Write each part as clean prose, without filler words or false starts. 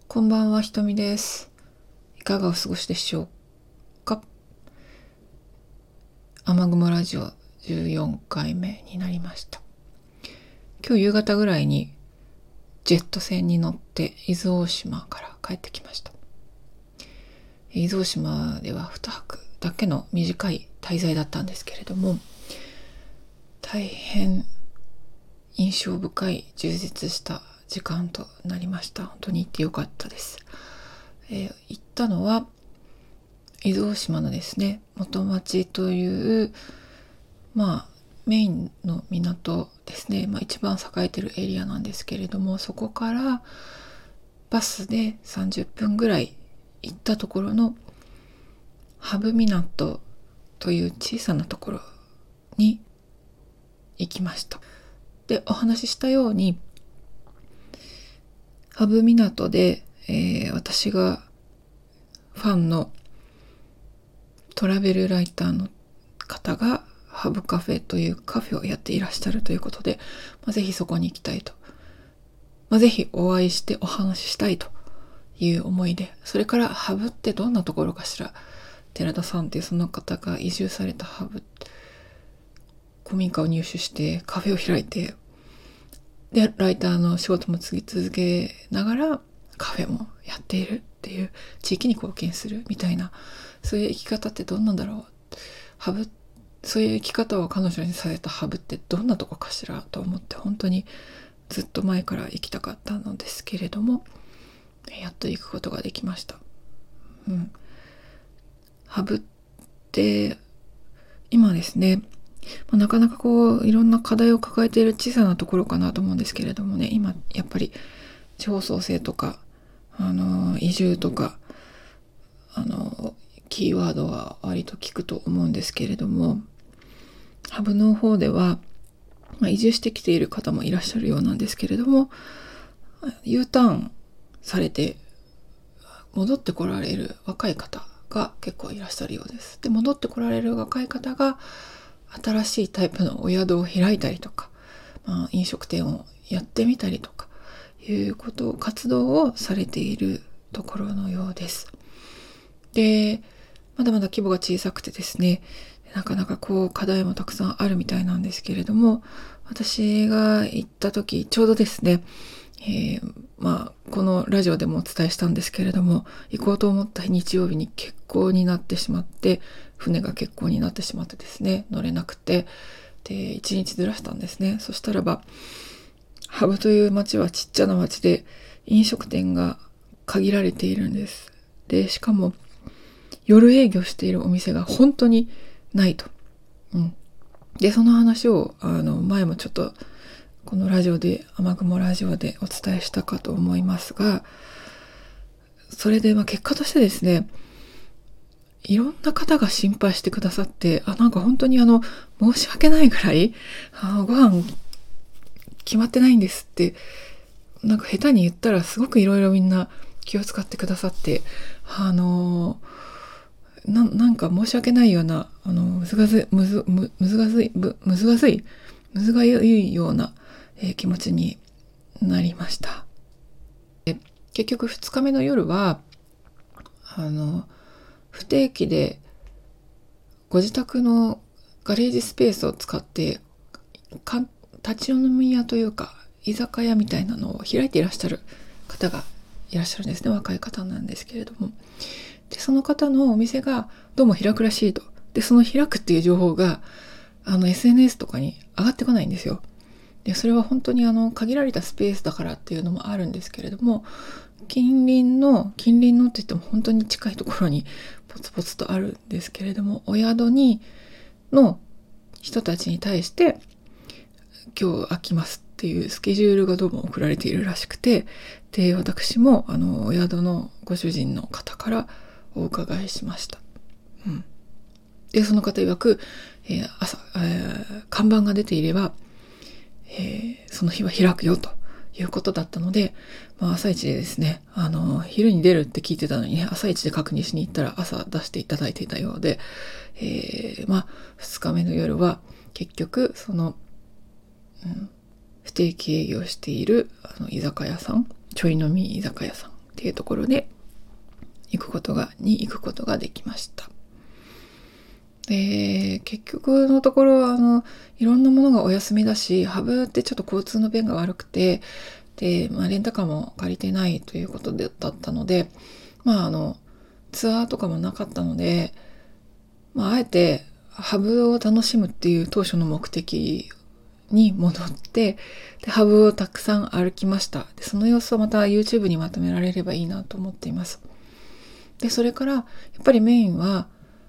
こんばんは、ひとみです。いかがお過ごしでしょうか。雨雲ラジオ14回目になりました。今日夕方ぐらいにジェット船に乗って伊豆大島から帰ってきました。伊豆大島では2泊だけの短い滞在だったんですけれども、大変印象深い充実した時間となりました。本当に行ってよかったです。行ったのは伊豆大島のですね、元町というメインの港ですね、一番栄えてるエリアなんですけれども、そこからバスで30分ぐらい行ったところの波浮港という小さなところに行きました。で、お話ししたように波浮港で、私がファンのトラベルライターの方がハブカフェというカフェをやっていらっしゃるということで、ぜひそこに行きたいと、ぜひお会いしてお話ししたいという思いで、それからハブってどんなところかしら、寺田さんっていうその方が移住されたハブ、古民家を入手してカフェを開いて、でライターの仕事も続けながらカフェもやっているっていう、地域に貢献するみたいな、そういう生き方ってどんなんだろう、ハブ、そういう生き方を彼女にされたハブってどんなとこかしらと思って、本当にずっと前から行きたかったのですけれども、やっと行くことができました。ハブって今ですね、なかなかいろんな課題を抱えている小さなところかなと思うんですけれどもね、今やっぱり地方創生とか移住とかキーワードは割と聞くと思うんですけれども、ハブの方では、移住してきている方もいらっしゃるようなんですけれども、U ターンされて戻ってこられる若い方が結構いらっしゃるようです。で、戻ってこられる若い方が新しいタイプのお宿を開いたりとか、飲食店をやってみたりとかいう活動をされているところのようです。で、まだまだ規模が小さくてですね、なかなか課題もたくさんあるみたいなんですけれども、私が行った時ちょうどですね、このラジオでもお伝えしたんですけれども、行こうと思った日曜日に欠航になってしまって、船が欠航になってしまってですね、乗れなくて、で1日ずらしたんですね。そしたらばハブという町はちっちゃな町で飲食店が限られているんです。でしかも夜営業しているお店が本当にないと。でその話を前もちょっとこのラジオで、雨雲ラジオでお伝えしたかと思いますが、それで結果としてですね、いろんな方が心配してくださって、なんか本当に申し訳ないぐらい、ご飯決まってないんですって、なんか下手に言ったらすごくいろいろみんな気を使ってくださって、なんか申し訳ないような、むずがゆいような、気持ちになりました。結局2日目の夜は不定期でご自宅のガレージスペースを使って立ち飲み屋というか居酒屋みたいなのを開いていらっしゃる方がいらっしゃるんですね。若い方なんですけれども、でその方のお店がどうも開くらしいと。でその開くっていう情報がSNS とかに上がってこないんですよ。でそれは本当に限られたスペースだからっていうのもあるんですけれども、近隣のって言っても本当に近いところにポツポツとあるんですけれども、お宿の人たちに対して今日空きますっていうスケジュールがどうも送られているらしくて、で私もお宿のご主人の方からお伺いしました。でその方曰く、朝、看板が出ていれば、その日は開くよということだったので、朝一でですね、昼に出るって聞いてたのにね、朝一で確認しに行ったら朝出していただいていたようで、2日目の夜は結局その、不定期営業している居酒屋さん、ちょい飲み居酒屋さんっていうところで行くことができました。で、結局のところいろんなものがお休みだし、ハブってちょっと交通の便が悪くて、で、レンタカーも借りてないということだったので、ツアーとかもなかったので、あえてハブを楽しむっていう当初の目的に戻って、で、ハブをたくさん歩きました。で、その様子をまた YouTube にまとめられればいいなと思っています。で、それから、やっぱりメインは、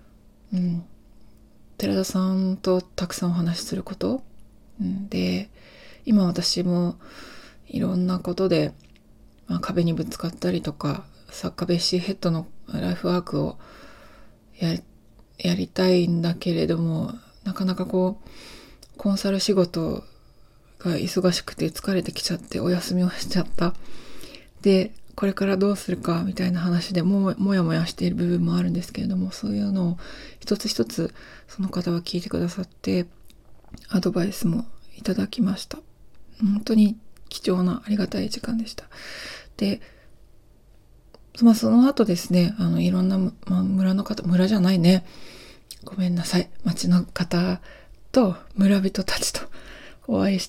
寺田さんとたくさんお話しすること。で、今私もいろんなことで、壁にぶつかったりとか、サッカーベッシーヘッドのライフワークをやりたいんだけれども、なかなかコンサル仕事が忙しくて疲れてきちゃってお休みをしちゃった。で、これからどうするかみたいな話でもやもやしている部分もあるんですけれども、そういうのを一つ一つその方は聞いてくださって、アドバイスもいただきました。本当に貴重なありがたい時間でした。で、その後ですね、いろんな、村の方、村じゃないね。ごめんなさい。町の方と村人たちとお会いして、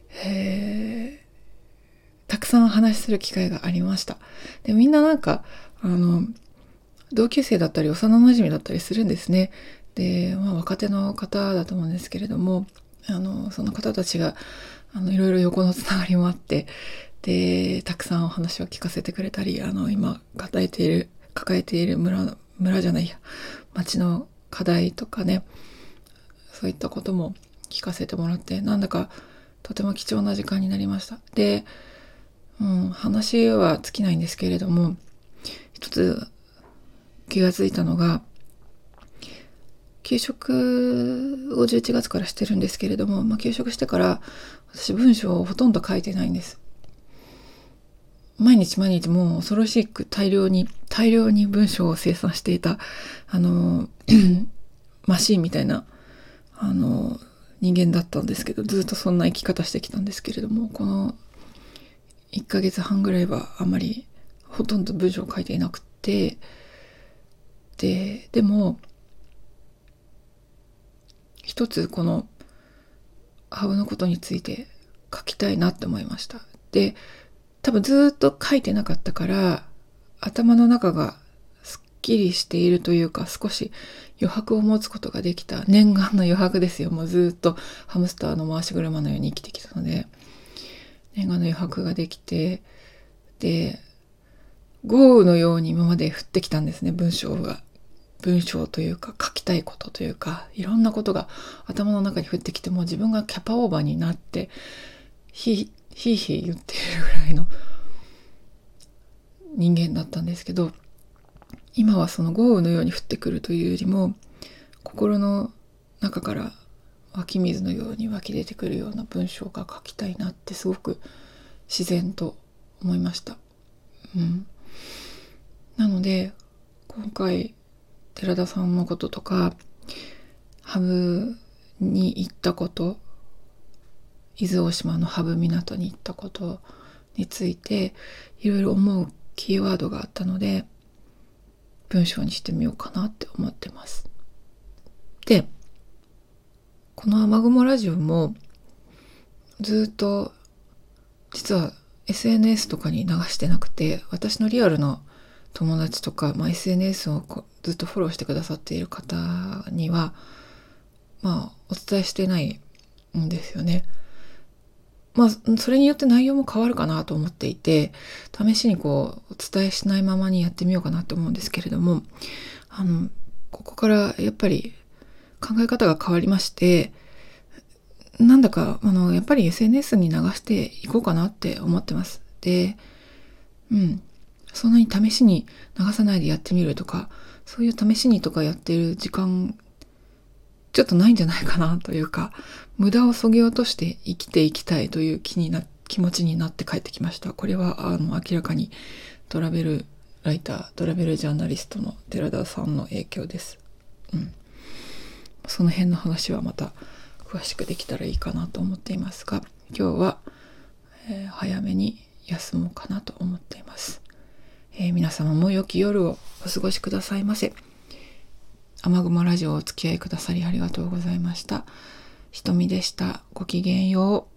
たくさん話する機会がありました。で、みんな同級生だったり幼馴染だったりするんですね。で、若手の方だと思うんですけれども、その方たちが、いろいろ横のつながりもあって、で、たくさんお話を聞かせてくれたり、今抱えている村じゃないや、町の課題とかね、そういったことも聞かせてもらって、なんだかとても貴重な時間になりました。で、話は尽きないんですけれども、一つ気がついたのが、休職を11月からしてるんですけれども、休職してから私文章をほとんど書いてないんです。毎日もう恐ろしく大量に文章を生産していた、マシーンみたいな、人間だったんですけど、ずっとそんな生き方してきたんですけれども、この1ヶ月半ぐらいはあまりほとんど文章を書いていなくて、でも、一つこのハブのことについて書きたいなって思いました。で、多分ずっと書いてなかったから、頭の中がすっきりしているというか、少し余白を持つことができた、念願の余白ですよ。もうずっとハムスターの回し車のように生きてきたので、念願の余白ができて、で、豪雨のように今まで降ってきたんですね、文章というか、書きたいことというか、いろんなことが頭の中に降ってきて、もう自分がキャパオーバーになって、ひいひい言っているぐらいの人間だったんですけど、今はその豪雨のように降ってくるというよりも、心の中から湧き水のように湧き出てくるような文章が書きたいなってすごく自然と思いました。なので、今回、寺田さんのこととか、ハブに行ったこと、伊豆大島のハブ港に行ったことについて、いろいろ思うキーワードがあったので、文章にしてみようかなって思ってます。で、この雨雲ラジオも、ずっと、実は SNS とかに流してなくて、私のリアルな友達とか、SNS をずっとフォローしてくださっている方には、お伝えしてないんですよね。それによって内容も変わるかなと思っていて、試しにお伝えしないままにやってみようかなと思うんですけれども、ここからやっぱり考え方が変わりまして、なんだか、やっぱり SNS に流していこうかなって思ってます。で、そんなに試しに流さないでやってみるとか、そういう試しにとかやってる時間、ちょっとないんじゃないかなというか、無駄を削ぎ落として生きていきたいという気持ちになって帰ってきました。これは明らかにトラベルライター、トラベルジャーナリストの寺田さんの影響です。その辺の話はまた詳しくできたらいいかなと思っていますが、今日は、早めに休もうかなと思っています。 皆様も良き夜をお過ごしくださいませ。雨雲ラジオをお付き合いくださりありがとうございました。ひとみでした。ごきげんよう。